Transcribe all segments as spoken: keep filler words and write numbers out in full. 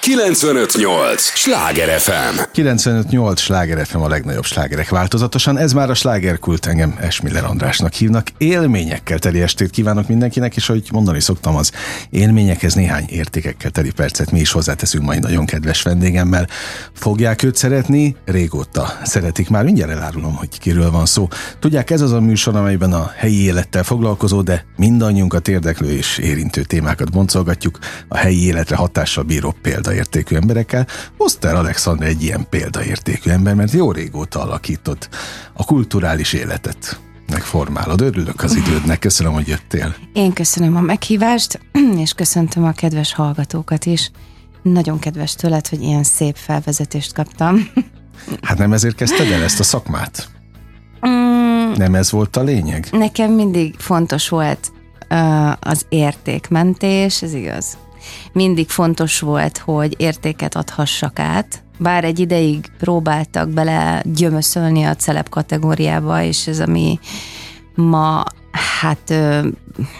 kilencvenöt nyolc Sláger ef em. kilencvenöt nyolc Sláger ef em, a legnagyobb slágerek változatosan. Ez már a slágerkult, engem Esmiller Andrásnak hívnak. Élményekkel teli estét kívánok mindenkinek, és ahogy mondani szoktam, az élményekhez néhány értékekkel teli percet mi is hozzáteszünk mai nagyon kedves vendégemmel. Fogják őt szeretni? Régóta szeretik már, mindjárt elárulom, hogy kiről van szó. Tudják, ez az a műsor, amelyben a helyi élettel foglalkozó, de mindannyiunkat érdeklő és érintő témákat boncolgatjuk a helyi életre hatással bíró példaértékű emberekkel. Oszter Alexander egy ilyen példaértékű ember, mert jó régóta alakított a kulturális életet. Megformálod. Örülök az idődnek. Köszönöm, hogy jöttél. Én köszönöm a meghívást, és köszöntöm a kedves hallgatókat is. Nagyon kedves tőled, hogy ilyen szép felvezetést kaptam. Hát nem ezért kezdted el ezt a szakmát? Mm, Nem ez volt a lényeg? Nekem mindig fontos volt uh, az értékmentés, ez igaz. Mindig fontos volt, hogy értéket adhassak át, bár egy ideig próbáltak bele gyömöszölni a celeb kategóriába, és ez ami ma, hát ö,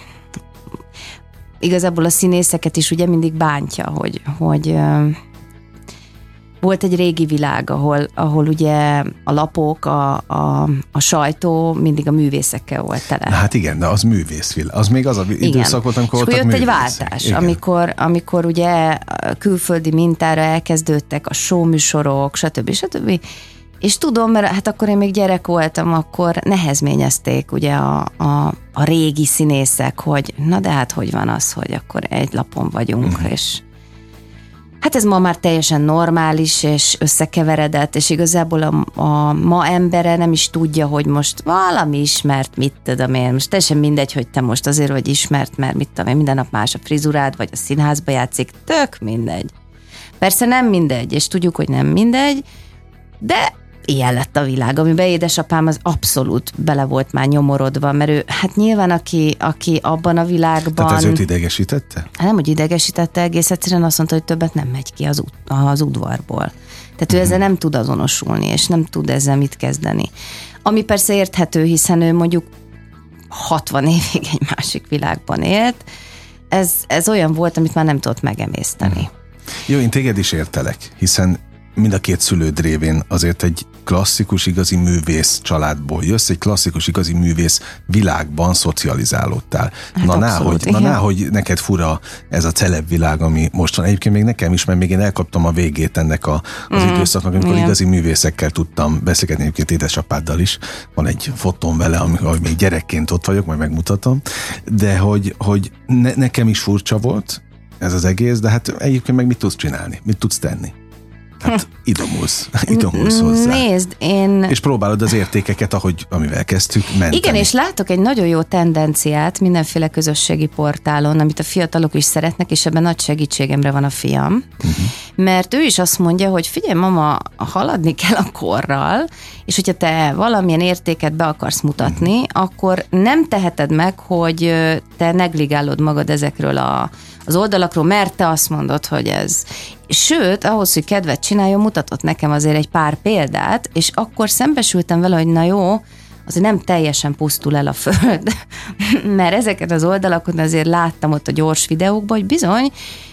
igazából a színészeket is ugye mindig bántja, hogy, hogy ö, volt egy régi világ, ahol, ahol ugye a lapok, a, a, a sajtó mindig a művészekkel volt tele. Na hát igen, de az művészvilág. Az még az a időszak volt, amikor voltak jött művészek. egy váltás, amikor, amikor ugye külföldi mintára elkezdődtek a showműsorok, stb. stb. És tudom, mert hát akkor én még gyerek voltam, akkor nehezményezték ugye a, a, a régi színészek, hogy na de hát hogy van az, hogy akkor egy lapon vagyunk, uh-huh. és hát ez ma már teljesen normális, és összekeveredett, és igazából a, a ma embere nem is tudja, hogy most valami ismert, mit tudom én. Most teljesen mindegy, hogy te most azért vagy ismert, mert mit tudom én, minden nap más a frizurád, vagy a színházba játszik, tök mindegy. Persze nem mindegy, és tudjuk, hogy nem mindegy, de ilyen lett a világ, amiben édesapám az abszolút bele volt már nyomorodva, mert ő, hát nyilván aki, aki abban a világban... Tehát ez őt idegesítette? Hát nem, hogy idegesítette, egész egyszerűen azt mondta, hogy többet nem megy ki az, az udvarból. Tehát ő ezzel nem tud azonosulni, és nem tud ezzel mit kezdeni. Ami persze érthető, hiszen ő mondjuk hatvan évig egy másik világban élt. Ez, ez olyan volt, amit már nem tudott megemészteni. Jó, én téged is értelek, hiszen mind a két szülőd révén azért egy klasszikus, igazi művész családból jössz, egy klasszikus, igazi művész világban szocializálódtál. Hát na, abszolút, náhogy, na náhogy neked fura ez a celeb világ, ami most van. Egyébként még nekem is, mert még én elkaptam a végét ennek a, az mm, időszaknak, amikor igen. igazi művészekkel tudtam beszélgetni, egyébként édesapáddal is. Van egy fotón vele, amikor még gyerekként ott vagyok, majd megmutatom. De hogy, hogy ne, nekem is furcsa volt ez az egész, de hát egyébként meg mit tudsz csinálni? Mit tudsz tenni? Hát idomulsz, idomulsz hozzá. Nézd, én... És próbálod az értékeket, ahogy, amivel kezdtük, menteni. Igen, és látok egy nagyon jó tendenciát mindenféle közösségi portálon, amit a fiatalok is szeretnek, és ebben nagy segítségemre van a fiam. Uh-huh. Mert ő is azt mondja, hogy figyelj, mama, haladni kell a korral, és hogyha te valamilyen értéket be akarsz mutatni, uh-huh. akkor nem teheted meg, hogy te negligálod magad ezekről a, az oldalakról, mert te azt mondod, hogy ez... Sőt, ahhoz, hogy kedvet csináljon, mutatott nekem azért egy pár példát, és akkor szembesültem vele, hogy na jó, azért nem teljesen pusztul el a föld, mert ezeket az oldalakon azért láttam ott a gyors videókban, hogy bizony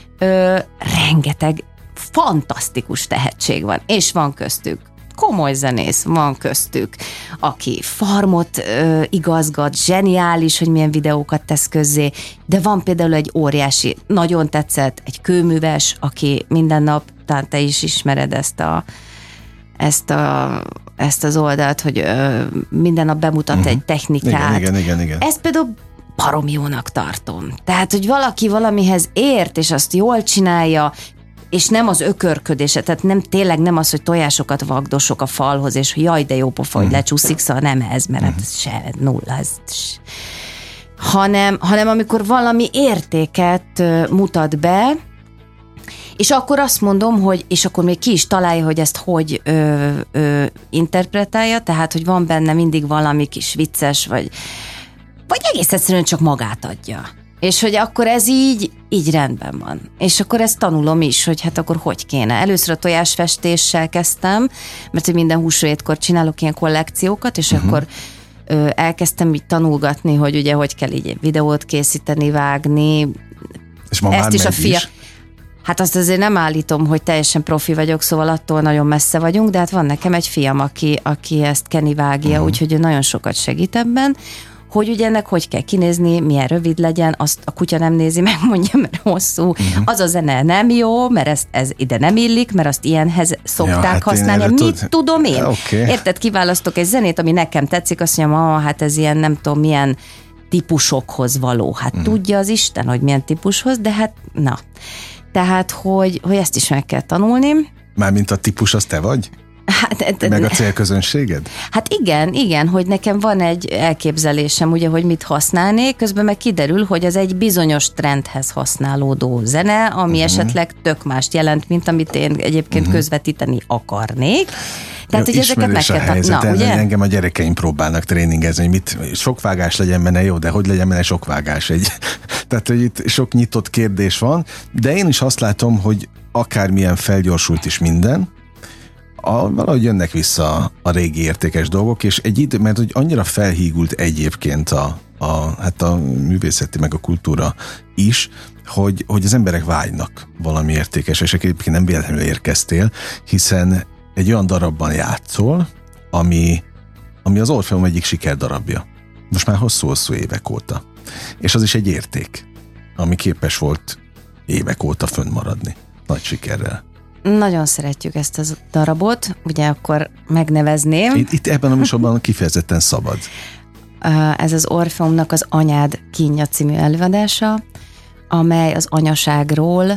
ö, rengeteg fantasztikus tehetség van, és van köztük komoly zenész, van köztük, aki farmot ö, igazgat, zseniális, hogy milyen videókat tesz közzé, de van például egy óriási, nagyon tetszett, egy kőműves, aki minden nap, talán te is ismered ezt a ezt, a, ezt az oldalt, hogy ö, minden nap bemutat uh-huh. egy technikát. Igen, igen, igen, igen. Ezt például baromi jónak tartom. Tehát, hogy valaki valamihez ért, és azt jól csinálja, és nem az ökörködése, tehát nem tényleg nem az, hogy tojásokat vagdosok a falhoz, és hogy jaj, de jó pofa, hogy lecsúszik, szóval nem ez, mert hát ez se nulla, ez se. Hanem, hanem amikor valami értéket mutat be, és akkor azt mondom, hogy, és akkor még ki is találja, hogy ezt hogy ö, ö, interpretálja, tehát, hogy van benne mindig valami kis vicces, vagy, vagy egész egyszerűen csak magát adja. És hogy akkor ez így, így rendben van. És akkor ezt tanulom is, hogy hát akkor hogy kéne. Először a tojásfestéssel kezdtem, mert hogy minden húsvétkor csinálok ilyen kollekciókat, és uh-huh. akkor ö, elkezdtem így tanulgatni, hogy ugye hogy kell így videót készíteni, vágni. És ma ezt már is a fia. Is? Hát azt azért nem állítom, hogy teljesen profi vagyok, szóval attól nagyon messze vagyunk, de hát van nekem egy fiam, aki, aki ezt Kenny vágja, uh-huh. úgyhogy ő nagyon sokat segít ebben, hogy ugye ennek hogy kell kinézni, milyen rövid legyen, azt a kutya nem nézi meg, mondja, mert hosszú. Uh-huh. Az a zene nem jó, mert ez, ez ide nem illik, mert azt ilyenhez szokták ja, hát használni. Mit tud... tudom én? Okay. Érted, kiválasztok egy zenét, ami nekem tetszik, azt mondjam, ah, hát ez ilyen nem tudom milyen típusokhoz való. Hát uh-huh. tudja az Isten, hogy milyen típushoz, de hát na. Tehát, hogy, hogy ezt is meg kell tanulni. Mármint a típus, az te vagy? Hát, meg a célközönséged? Hát igen, igen, hogy nekem van egy elképzelésem, ugye, hogy mit használnék, közben meg kiderül, hogy az egy bizonyos trendhez használódó zene, ami uh-huh. esetleg tök mást jelent, mint amit én egyébként uh-huh. közvetíteni akarnék. Tehát, jó, hogy ezeket meg kell helyzet, na, ugye? Engem a gyerekeim próbálnak tréningezni, hogy mit, sok vágás legyen benne, jó, de hogy legyen benne sok vágás? Egy, tehát, hogy itt sok nyitott kérdés van, de én is azt látom, hogy akármilyen felgyorsult is minden, A, valahogy jönnek vissza a régi értékes dolgok, és egy idő, mert hogy annyira felhígult egyébként a, a, hát a művészeti meg a kultúra is, hogy, hogy az emberek vágynak valami értékes, és egyébként nem véletlenül érkeztél, hiszen egy olyan darabban játszol, ami, ami az Orfeum egyik sikerdarabja. Most már hosszú-hosszú évek óta. És az is egy érték, ami képes volt évek óta fönnmaradni. Nagy sikerrel. Nagyon szeretjük ezt a darabot, ugye akkor megnevezném. Itt, itt ebben a műsorban kifejezetten szabad. Ez az Orfeumnak az Anyád kínja című előadása, amely az anyaságról,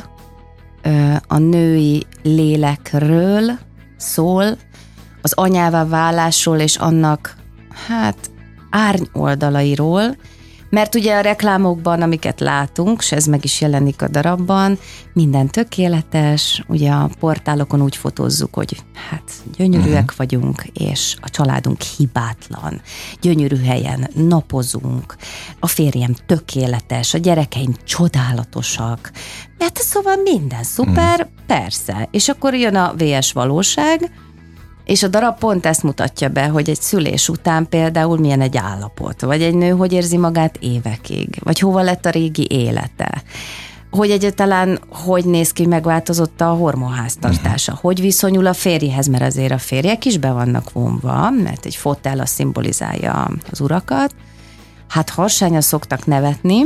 a női lélekről szól, az anyává válásról és annak, hát, árnyoldalairól, mert ugye a reklámokban, amiket látunk, és ez meg is jelenik a darabban, minden tökéletes, ugye a portálokon úgy fotózzuk, hogy hát gyönyörűek uh-huh. vagyunk, és a családunk hibátlan, gyönyörű helyen napozunk, a férjem tökéletes, a gyerekeim csodálatosak, hát szóval minden szuper, uh-huh. persze, és akkor jön a vé es valóság, és a darab pont ezt mutatja be, hogy egy szülés után például milyen egy állapot, vagy egy nő hogy érzi magát évekig, vagy hova lett a régi élete, hogy egyáltalán hogy néz ki, megváltozott a hormonháztartása, uh-huh. hogy viszonyul a férjhez, mert azért a férjek is be vannak vonva, mert egy fotel az szimbolizálja az urakat. Hát harsányan szoktak nevetni,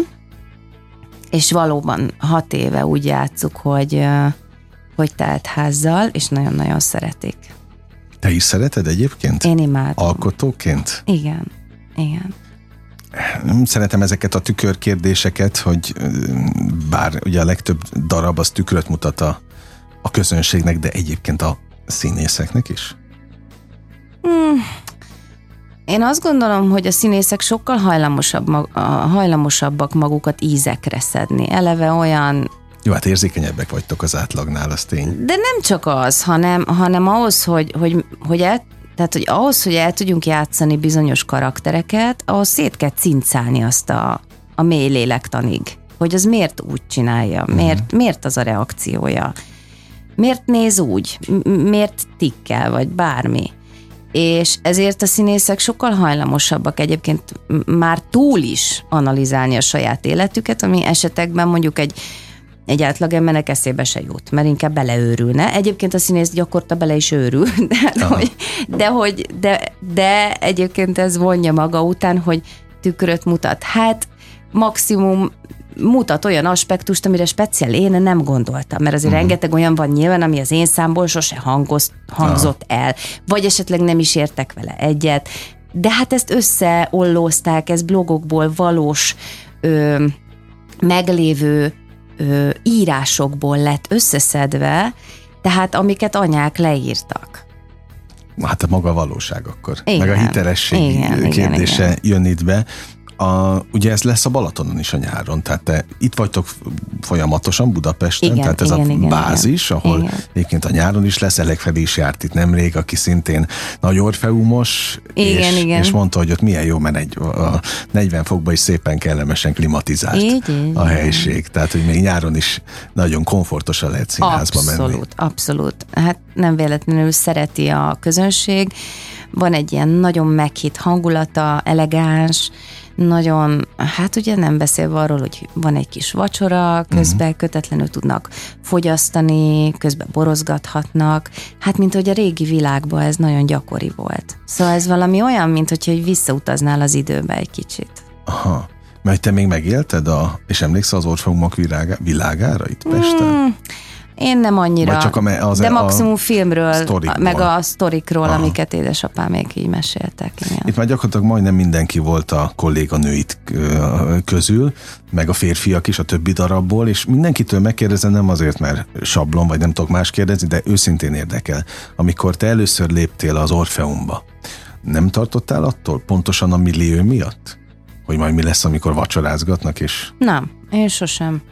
és valóban hat éve úgy játsszuk, hogy, hogy teltházzal, és nagyon-nagyon szeretik. Te is szereted egyébként? Én imádom. Alkotóként? Igen, igen. Nem szeretem ezeket a tükörkérdéseket, hogy bár ugye a legtöbb darab az tükröt mutat a, a közönségnek, de egyébként a színészeknek is? Hmm. Én azt gondolom, hogy a színészek sokkal hajlamosabb, hajlamosabbak magukat ízekre szedni. Eleve olyan... Jó, hát érzékenyebbek vagytok az átlagnál, az tény. De nem csak az, hanem, hanem ahhoz, hogy, hogy, hogy, el, tehát, hogy ahhoz, hogy el tudjunk játszani bizonyos karaktereket, ahhoz szét kell cincálni azt a, a mély lélektanig, hogy az miért úgy csinálja, miért, uh-huh. miért az a reakciója, miért néz úgy, miért tikkel, vagy bármi. És ezért a színészek sokkal hajlamosabbak egyébként már túl is analizálni a saját életüket, ami esetekben mondjuk egy egy átlagembernek eszébe se jut, mert inkább beleőrülne. Egyébként a színész gyakorta bele is őrül, de hogy, de, hogy de, de egyébként ez vonja maga után, hogy tükröt mutat. Hát maximum mutat olyan aspektust, amire speciál én nem gondoltam, mert azért uh-huh. rengeteg olyan van nyilván, ami az én számból sose hangoz, hangzott uh-huh. el, vagy esetleg nem is értek vele egyet, de hát ezt összeollózták, ez blogokból valós ö, meglévő ö, írásokból lett összeszedve, tehát amiket anyák leírtak. Hát a maga valóság akkor. Igen, meg a hitelesség igen, kérdése igen, igen. jön itt be. A, ugye ez lesz a Balatonon is a nyáron, tehát te itt vagytok folyamatosan Budapesten, igen, tehát ez igen, a igen, bázis, igen, ahol igen. egyébként a nyáron is lesz, Elegfedi is járt itt nemrég, aki szintén nagy orfeumos, igen, és, igen. és mondta, hogy ott milyen jó, mert egy a negyven fokban is szépen kellemesen klimatizált így, így, a helység, tehát hogy még nyáron is nagyon komfortosan lehet színházba abszolút, menni. Abszolút, abszolút. Hát nem véletlenül szereti a közönség. van egy ilyen nagyon meghitt hangulata, elegáns, nagyon, hát ugye nem beszélve arról, hogy van egy kis vacsora, közben uh-huh. kötetlenül tudnak fogyasztani, közben borozgathatnak, hát mint hogy a régi világban ez nagyon gyakori volt. Szóval ez valami olyan, mint hogyha visszautaznál az időbe egy kicsit. Aha, mert te még megélted, a, és emlékszel az Orfeumok világára itt Pesten? Mm. Én nem annyira, csak a, az, de maximum filmről, sztorikból. meg a sztorikról, aha. amiket édesapámék így meséltek. Igen. Itt már gyakorlatilag majdnem mindenki volt a kolléganőit közül, meg a férfiak is a többi darabból, és mindenkitől megkérdezem, nem azért, mert sablon, vagy nem tudok más kérdezni, de őszintén érdekel. Amikor te először léptél az Orfeumba, nem tartottál attól pontosan a millió miatt? Hogy majd mi lesz, amikor vacsorázgatnak, és... Nem, én sosem.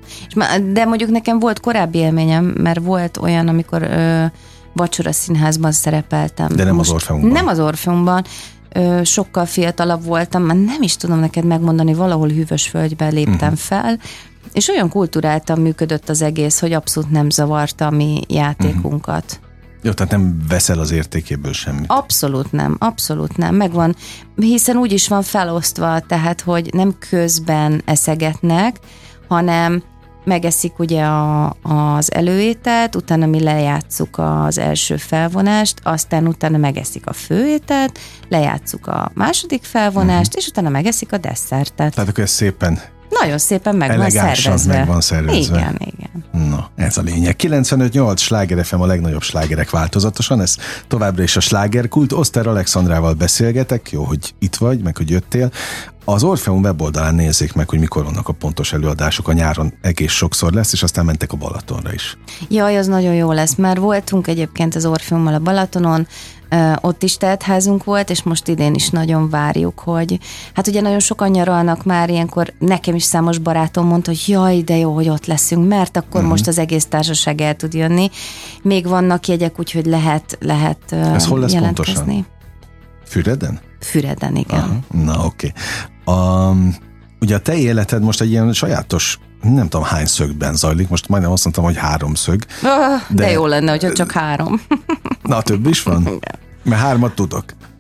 De mondjuk nekem volt korábbi élményem, mert volt olyan, amikor ö, vacsora színházban szerepeltem. De nem Most az Orfeumban. Nem az Orfeumban. Ö, sokkal fiatalabb voltam, már nem is tudom neked megmondani, valahol Hűvösvölgyben léptem uh-huh. fel, és olyan kulturáltan működött az egész, hogy abszolút nem zavarta a mi játékunkat. Uh-huh. Jó, tehát nem veszel az értékéből semmit. Abszolút nem, abszolút nem. Megvan, hiszen úgy is van felosztva, tehát, hogy nem közben eszegetnek, hanem megeszik ugye a, az előételt, utána mi lejátszuk az első felvonást, aztán utána megeszik a főételt, lejátszuk a második felvonást, uh-huh. és utána megeszik a desszertet. Tehát akkor ez szépen... Nagyon szépen meg van szervezve. meg van szervezve. Igen, igen. Na, ez a lényeg. kilencvenöt nyolc Sláger ef em a legnagyobb slágerek változatosan, ez továbbra is a slágerkult. Oszter Alexandrával beszélgetek, jó, hogy itt vagy, meg hogy jöttél. Az Orfeum weboldalán nézzék meg, hogy mikor vannak a pontos előadások, a nyáron egész sokszor lesz, és aztán mentek a Balatonra is. Jaj, az nagyon jó lesz, már voltunk egyébként az Orfeummal a Balatonon, ott is teltházunk volt, és most idén is nagyon várjuk, hogy hát ugye nagyon sokan nyaralnak már ilyenkor, nekem is számos barátom mondta, hogy jaj, de jó, hogy ott leszünk, mert akkor uh-huh. most az egész társaság el tud jönni. Még vannak jegyek, úgyhogy lehet, lehet Ez hol lesz jelentkezni. Pontosan? Füreden? Füreden, igen. Aha. Na, oké. Okay. Um, ugye a te életed most egy ilyen sajátos, nem tudom hány szögben zajlik, most majdnem azt mondtam, hogy három szög. De, de jó lenne, hogyha csak három. Na, több is van? Mert hármat tudok.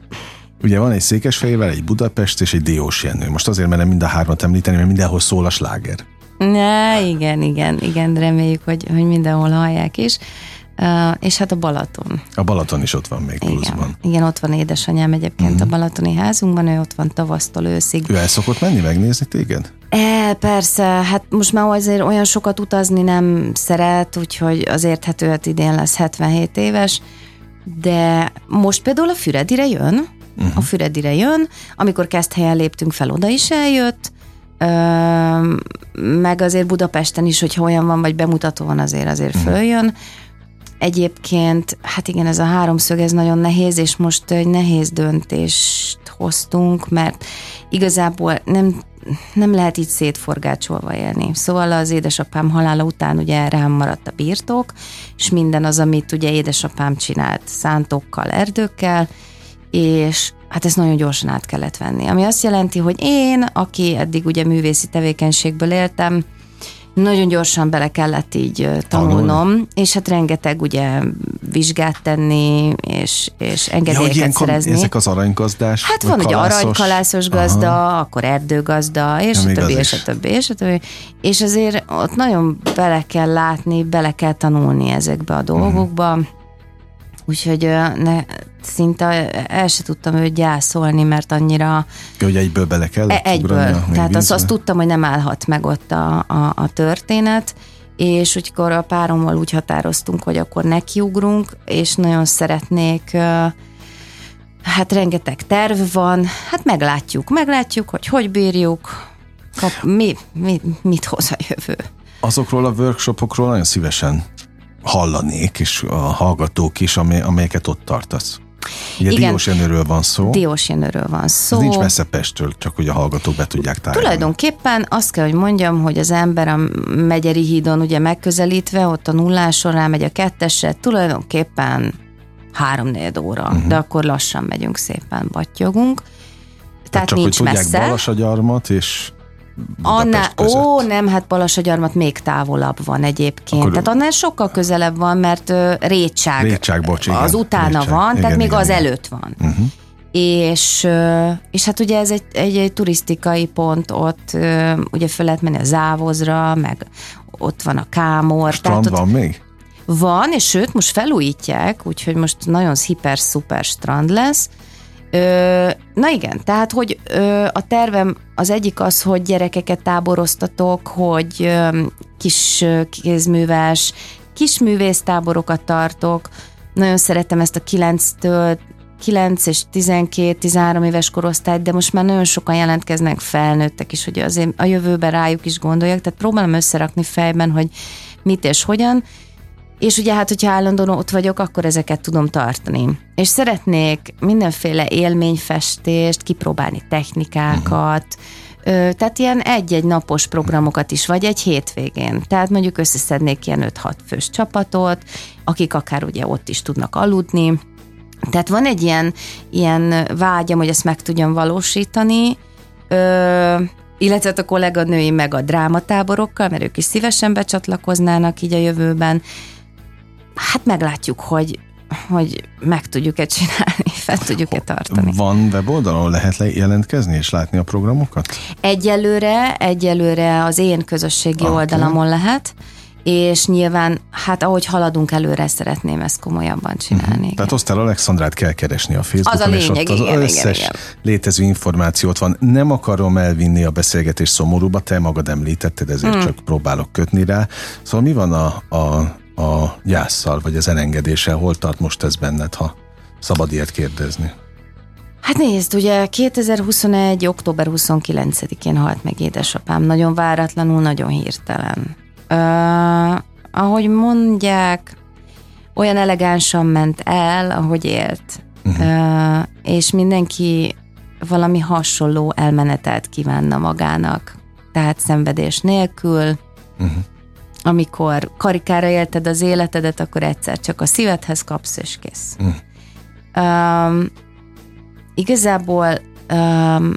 Ugye van egy Székesfehérvár, egy Budapest és egy Diós Jenő. Most azért merem mind a hármat említeni, mert mindenhol szól a sláger. Ne, igen, igen, igen, reméljük, hogy, hogy mindenhol hallják is. Uh, és hát a Balaton. A Balaton is ott van még pluszban. Igen, igen, ott van édesanyám egyébként uh-huh. a balatoni házunkban, ő ott van tavasztól őszig. Ő el szokott menni megnézni téged? E, persze, hát most már azért olyan sokat utazni nem szeret, úgyhogy az érthető, hát idén lesz hetvenhét éves, de most például a Füredire jön, uh-huh. a Füredire jön, amikor Keszthelyen léptünk fel, oda is eljött, Ö, meg azért Budapesten is, hogyha olyan van, vagy bemutató van, azért azért uh-huh. följön. Egyébként, hát igen, ez a háromszög, ez nagyon nehéz, és most egy nehéz döntést hoztunk, mert igazából nem, nem lehet így szétforgácsolva élni. Szóval az édesapám halála után ugye rám maradt a birtok, és minden az, amit ugye édesapám csinált szántókkal, erdőkkel, és hát ezt nagyon gyorsan át kellett venni. Ami azt jelenti, hogy én, aki eddig ugye művészi tevékenységből éltem, nagyon gyorsan bele kellett így tanulnom, Tanul. és hát rengeteg ugye vizsgát tenni, és, és engedélyeket ja, szerezni. Ezek az aranygazdás? Hát van ugye aranykalászos gazda, aha. akkor erdőgazda, és a többi, és a többi, és a többi. És azért ott nagyon bele kell látni, bele kell tanulni ezekbe a dolgokba. Uh-huh. Úgyhogy ne, szinte el se tudtam őt gyászolni, mert annyira... Hogy egyből bele kellett Egyből. Ugrania, tehát azt, azt tudtam, hogy nem állhat meg ott a, a, a történet, és úgykor a párommal úgy határoztunk, hogy akkor nekiugrunk, és nagyon szeretnék, hát rengeteg terv van, hát meglátjuk, meglátjuk, hogy hogy bírjuk, kap, mi, mi, mit hoz a jövő. Azokról a workshopokról nagyon szívesen hallanék, és a hallgatók is, amely, amelyeket ott tartasz. Ugye igen, Diós Jenőről van szó. Diós Jenőről van szó. Ez nincs messze Pesttől, csak hogy a hallgatók be tudják tárolni. Tulajdonképpen azt kell, hogy mondjam, hogy az ember a Megyeri hídon ugye megközelítve, ott a nulláson rámegy a kettesre, tulajdonképpen három-négy óra, uh-huh. de akkor lassan megyünk szépen, battyogunk. Tehát csak nincs hogy messze. tudják Balasagyarmat, és Budapest között. Ó, nem, hát Balassagyarmat még távolabb van egyébként. Akkor tehát annál sokkal közelebb van, mert uh, Rétság, Rétság bocs, igen, az utána Rétság. van, Igen, tehát még igen, az igen. előtt van. Uh-huh. És, és hát ugye ez egy, egy, egy turisztikai pont, ott ugye föl lehet menni a Závozra, meg ott van a Kámor. Strand van még? Van, és sőt, most felújítják, úgyhogy most nagyon hiper-szuper strand lesz. Ö, na igen, tehát, hogy ö, a tervem az egyik az, hogy gyerekeket táboroztatok, hogy ö, kis ö, kézműves, kis művésztáborokat tartok. Nagyon szeretem ezt a kilenctől kilenc és tizenkét-tizenhárom éves korosztályt, de most már nagyon sokan jelentkeznek felnőttek is, hogy azért a jövőben rájuk is gondoljak, tehát próbálom összerakni fejben, hogy mit és hogyan, és ugye hát, hogyha állandóan ott vagyok, akkor ezeket tudom tartani. És szeretnék mindenféle élményfestést, kipróbálni technikákat, uh-huh. tehát ilyen egy-egy napos programokat is, vagy egy hétvégén. Tehát mondjuk összeszednék ilyen öt-hat fős csapatot, akik akár ugye ott is tudnak aludni. Tehát van egy ilyen, ilyen vágyam, hogy ezt meg tudjam valósítani, ö, illetve a kolléganőim meg a drámatáborokkal, mert ők is szívesen becsatlakoznának így a jövőben. Hát meglátjuk, hogy, hogy meg tudjuk-e csinálni, fel tudjuk-e tartani. Van weboldalon, lehet jelentkezni és látni a programokat? Egyelőre, egyelőre az én közösségi okay. oldalamon lehet, és nyilván, hát ahogy haladunk előre, szeretném ezt komolyabban csinálni. Uh-huh. Tehát Osztál Alexandrát kell keresni a Facebookon, az a lényeg, és ott az igen, összes igen, igen. létező információt van. Nem akarom elvinni a beszélgetés szomorúba, te magad említetted, ezért hmm. csak próbálok kötni rá. Szóval mi van a, a, a gyásszal, vagy az elengedéssel? Hol tart most ez benned, ha szabad ilyet kérdezni? Hát nézd, ugye kétezer-huszonegy. október huszonkilencedikén halt meg édesapám. Nagyon váratlanul, nagyon hirtelen. Uh, ahogy mondják, olyan elegánsan ment el, ahogy élt. Uh-huh. Uh, és mindenki valami hasonló elmenetelt kívánna magának. Tehát szenvedés nélkül. Uh-huh. Amikor karikára élted az életedet, akkor egyszer csak a szívedhez kapsz, és kész. Uh-huh. Um, igazából um,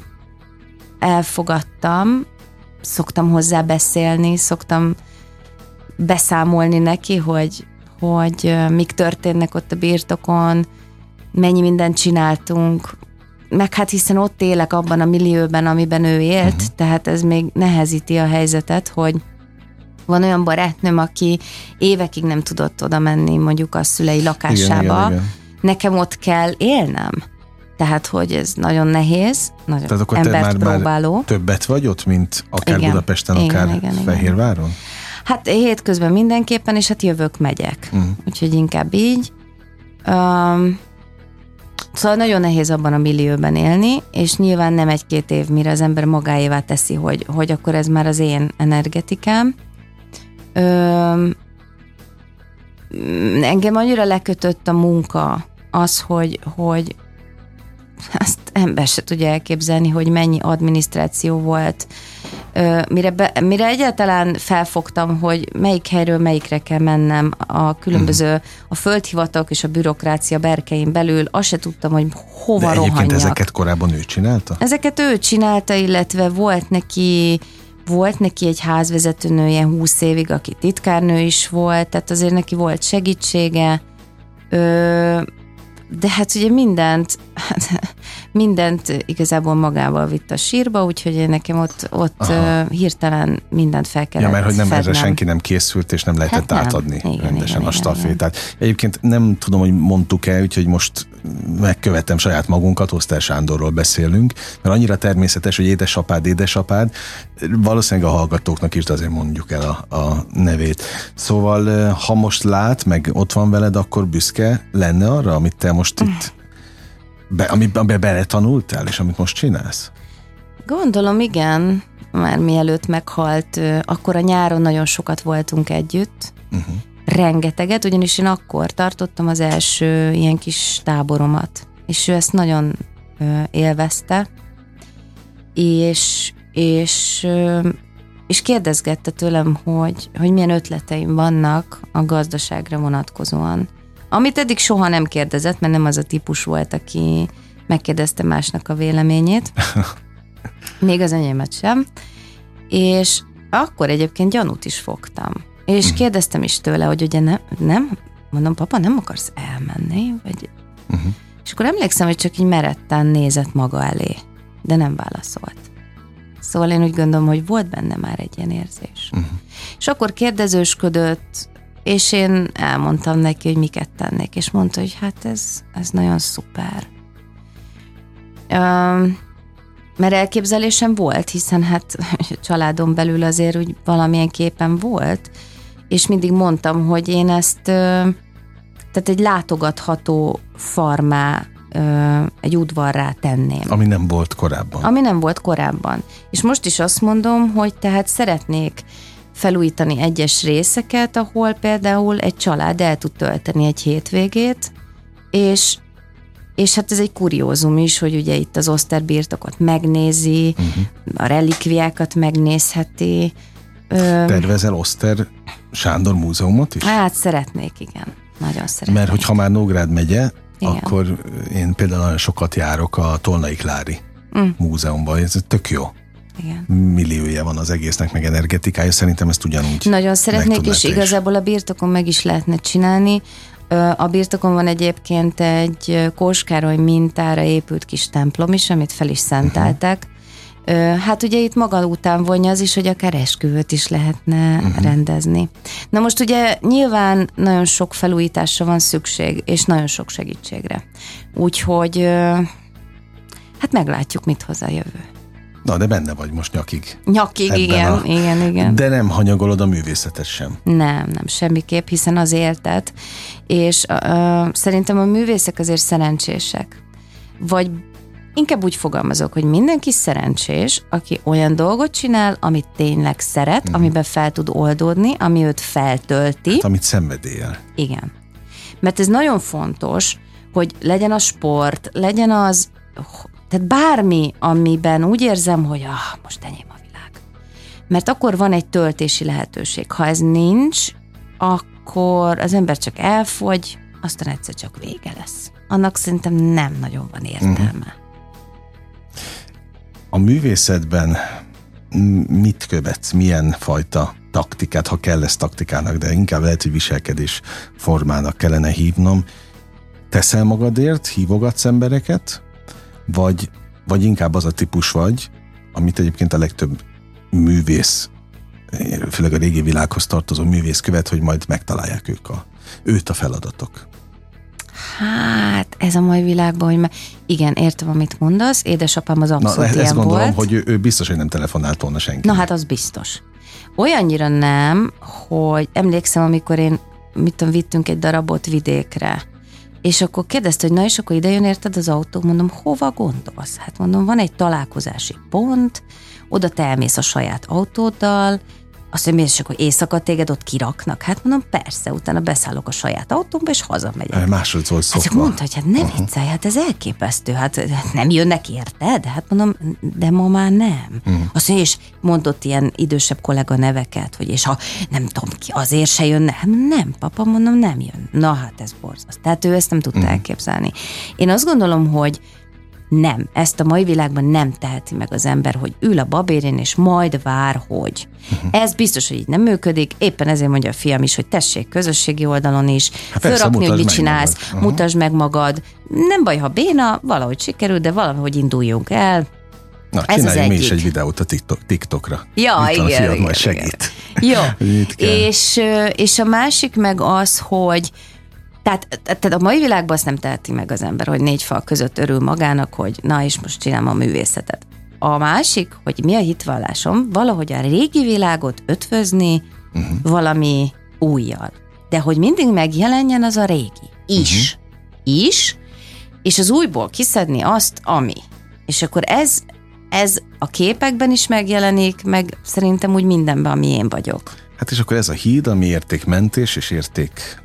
elfogadtam, szoktam hozzá beszélni, szoktam beszámolni neki, hogy, hogy mik történnek ott a birtokon, mennyi mindent csináltunk, meg hát hiszen ott élek abban a millióben, amiben ő élt, uh-huh. tehát ez még nehezíti a helyzetet, hogy van olyan barátnőm, aki évekig nem tudott oda menni mondjuk a szülei lakásába, igen, igen, igen. Nekem ott kell élnem. Tehát, hogy ez nagyon nehéz, nagyon tehát akkor embert te már, próbáló. Már többet vagy ott, mint akár igen, Budapesten, igen, akár igen, Fehérváron? Igen. Hát hétközben mindenképpen, és hát jövök, megyek. Uh-huh. Úgyhogy inkább így. Um, szóval nagyon nehéz abban a millióben élni, és nyilván nem egy-két év, mire az ember magáévá teszi, hogy, hogy akkor ez már az én energetikám. Um, engem annyira lekötött a munka, az, hogy, hogy azt ember se tudja elképzelni, hogy mennyi adminisztráció volt. Mire, be, mire egyáltalán felfogtam, hogy melyik helyről melyikre kell mennem, a különböző, a földhivatalok és a bürokrácia berkein belül, azt se tudtam, hogy hova rohanjak. De egyébként ezeket korábban ő csinálta? Ezeket ő csinálta, illetve volt neki volt neki egy házvezetőnője húsz évig, aki titkárnő is volt, tehát azért neki volt segítsége, Ö, de hát ugye mindent, mindent igazából magával vitt a sírba, úgyhogy nekem ott, ott hirtelen mindent fel kellett ja, mert hogy nem fednem. Erre senki nem készült, és nem lehetett hát nem. átadni igen, rendesen igen, a stafétát. Igen, Egyébként nem tudom, hogy mondtuk el, úgyhogy most megkövetem saját magunkat, Osztál Sándorról beszélünk, mert annyira természetes, hogy édesapád, édesapád, valószínűleg a hallgatóknak is, de azért mondjuk el a, a nevét. Szóval, ha most lát, meg ott van veled, akkor büszke lenne arra, amit te most itt, be, amiben beletanultál, és amit most csinálsz? Gondolom, igen. Már mielőtt meghalt, akkor a nyáron nagyon sokat voltunk együtt. Uh-huh. Rengeteget, ugyanis én akkor tartottam az első ilyen kis táboromat, és ő ezt nagyon ö, élvezte, és, és, ö, és kérdezgette tőlem, hogy, hogy milyen ötleteim vannak a gazdaságra vonatkozóan. Amit eddig soha nem kérdezett, mert nem az a típus volt, aki megkérdezte másnak a véleményét. Még az enyémet sem. És akkor egyébként gyanút is fogtam. És uh-huh. kérdeztem is tőle, hogy ugye ne, nem, mondom, papa, nem akarsz elmenni? Vagy... Uh-huh. És akkor emlékszem, hogy csak így meretten nézett maga elé, de nem válaszolt. Szóval én úgy gondolom, hogy volt benne már egy ilyen érzés. Uh-huh. És akkor kérdezősködött, és én elmondtam neki, hogy miket tennék, és mondta, hogy hát ez, ez nagyon szuper. Um, mert elképzelésem volt, hiszen hát családon belül azért úgy valamilyen képen volt, és mindig mondtam, hogy én ezt tehát egy látogatható farmá, egy udvarrá tenném. Ami nem volt korábban. Ami nem volt korábban. És most is azt mondom, hogy tehát szeretnék felújítani egyes részeket, ahol például egy család el tud tölteni egy hétvégét, és És hát ez egy kuriózum is, hogy ugye itt az oszterbirtokot megnézi, uh-huh. a relikviákat megnézheti. Tervezel Oszter Sándor múzeumot is? Hát szeretnék, igen. Nagyon szeretnék. Mert hogyha már Nógrád megye, igen. akkor én például nagyon sokat járok a Tolnai Klári mm. múzeumban. Ez tök jó. Igen. Milliója van az egésznek, meg energetikája. Szerintem ezt ugyanúgy nagyon szeretnék, és is. Igazából a birtokon meg is lehetne csinálni. A birtokon van egyébként egy Kós Károly mintára épült kis templom is, amit fel is szenteltek. Uh-huh. Hát ugye itt maga után vonja az is, hogy akár esküvőt is lehetne uh-huh. rendezni. Na most ugye nyilván nagyon sok felújításra van szükség, és nagyon sok segítségre. Úgyhogy hát meglátjuk, mit hoz a jövő. Na, de benne vagy most nyakig. Nyakig, igen, a... igen, igen. De nem hanyagolod a művészetet sem. Nem, nem, semmiképp, hiszen az éltet. És uh, szerintem a művészek azért szerencsések. Vagy inkább úgy fogalmazok, hogy mindenki szerencsés, aki olyan dolgot csinál, amit tényleg szeret, mm. amiben fel tud oldódni, ami őt feltölti. Hát, amit szenvedéllyel. Igen. Mert ez nagyon fontos, hogy legyen a sport, legyen az... Tehát bármi, amiben úgy érzem, hogy ah, most enyém a világ. Mert akkor van egy töltési lehetőség. Ha ez nincs, akkor az ember csak elfogy, aztán egyszer csak vége lesz. Annak szerintem nem nagyon van értelme. A művészetben mit követsz? Milyen fajta taktikát, ha kell ezt taktikának, de inkább lehet, hogy viselkedés formának kellene hívnom. Teszel magadért, hívogatsz embereket? Vagy, vagy inkább az a típus vagy, amit egyébként a legtöbb művész, főleg a régi világhoz tartozó művész követ, hogy majd megtalálják ők a, őt a feladatok. Hát, ez a mai világban, hogy igen, értem, amit mondasz, édesapám az abszolút Na, ilyen ezt gondolom, volt. hogy ő, ő biztos, hogy nem telefonált volna senki. Na hát az biztos. Olyannyira nem, hogy emlékszem, amikor én mit tudom, vittünk egy darabot vidékre, és akkor kérdezte, hogy na és akkor ide jön érted az autó, mondom, hova gondolsz? Hát mondom, van egy találkozási pont, oda te elmész a saját autóddal, azt mondja, és akkor éjszaka téged ott kiraknak. Hát mondom, persze, utána beszállok a saját autómba, és hazamegyek. Másod volt szokva. Hát csak mondta, hogy hát ne uh-huh. viccelj, hát ez elképesztő, hát nem jönnek érted? Hát mondom, de ma már nem. Uh-huh. Azt mondja, és mondott ilyen idősebb kollega neveket, hogy és ha nem tudom ki, azért se jönne. Hát nem, papa, mondom, nem jön. Na hát ez borzasztó. Tehát ő ezt nem tudta uh-huh. elképzelni. Én azt gondolom, hogy nem, ezt a mai világban nem teheti meg az ember, hogy ül a babérén, és majd vár, hogy. Uh-huh. Ez biztos, hogy így nem működik, éppen ezért mondja a fiam is, hogy tessék közösségi oldalon is, hát fölrakni, hogy mit csinálsz, uh-huh. mutasd meg magad. Nem baj, ha béna, valahogy sikerül, de valahogy induljunk el. Na, csináljunk mi is egy videót a TikTok, TikTokra. Ja, Itt igen, a fiad igen, majd segít. Jó, és, és a másik meg az, hogy Tehát, tehát a mai világban azt nem teheti meg az ember, hogy négy fal között örül magának, hogy na és most csinálom a művészetet. A másik, hogy mi a hitvallásom, valahogy a régi világot ötvözni uh-huh. valami újjal. De hogy mindig megjelenjen az a régi. Is. Uh-huh. Is. És az újból kiszedni azt, ami. És akkor ez, ez a képekben is megjelenik, meg szerintem úgy mindenben, ami én vagyok. Hát és akkor ez a híd, ami értékmentés és érték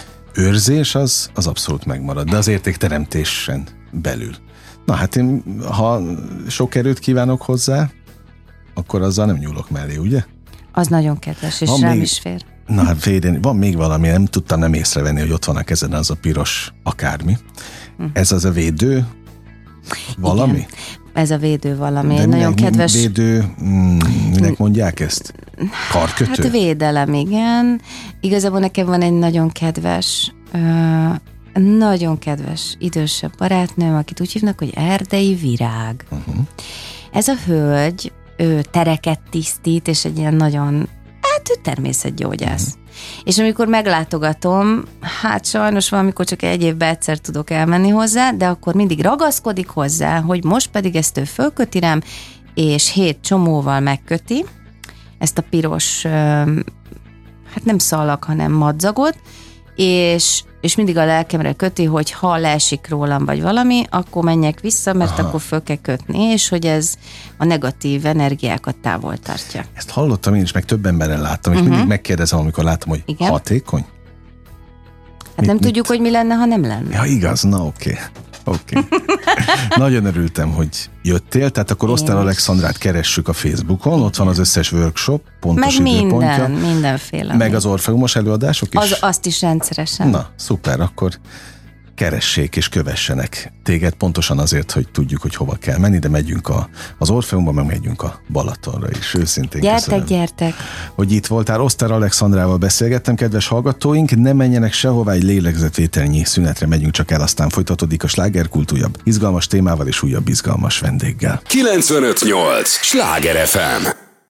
őrzés, az, az abszolút megmarad, de az értékteremtésen belül. Na hát én, ha sok erőt kívánok hozzá, akkor azzal nem nyúlok mellé, ugye? Az nagyon kedves, és van rám még, is fér. Na hát férjen, van még valami, nem tudtam nem észrevenni, hogy ott van a kezeden az a piros akármi. Hm. Ez az a védő valami? ez a védő valami. De Egy nagyon minek, kedves... Védő, mm, minek mondják ezt? Karkötő? Hát védelem, igen. Igazából nekem van egy nagyon kedves, uh, nagyon kedves idősebb barátnőm, akit úgy hívnak, hogy Erdei Virág. Uh-huh. Ez a hölgy, ő tereket tisztít, és egy ilyen nagyon, hát ő természetgyógyász. Uh-huh. És amikor meglátogatom, hát sajnos valamikor csak egy évben egyszer tudok elmenni hozzá, de akkor mindig ragaszkodik hozzá, hogy most pedig ezt ő fölköti rám, és hét csomóval megköti ezt a piros, hát nem szalag, hanem madzagot, és, és mindig a lelkemre köti, hogy ha leesik rólam vagy valami, akkor menjek vissza, mert Aha. akkor föl kell kötni, és hogy ez a negatív energiákat távol tartja. Ezt hallottam én is, meg több emberen láttam, és uh-huh. mindig megkérdezem, amikor látom, hogy Igen? hatékony? Hát mit, nem mit? tudjuk, hogy mi lenne, ha nem lenne. Ja, igaz, na oké. Okay. Oké. Okay. Nagyon örültem, hogy jöttél, tehát akkor Osztár Alexandrát keressük a Facebookon, ott van az összes workshop, pontos meg időpontja. Minden, mindenféle. Meg az orfeumos előadások is? Az, azt is rendszeresen. Na, szuper, akkor keressék és kövessenek téged pontosan azért, hogy tudjuk, hogy hova kell menni, de megyünk a, az Orfeumba, meg megyünk a Balatonra is. Őszintén gyertek, köszönöm, gyertek. hogy itt voltál. Osztár Alexandrával beszélgettem, kedves hallgatóink, ne menjenek sehová, egy lélegzetvételnyi szünetre megyünk csak el, aztán folytatódik a Slágerkult újabb izgalmas témával és újabb izgalmas vendéggel. kilencvenöt nyolc Sláger ef em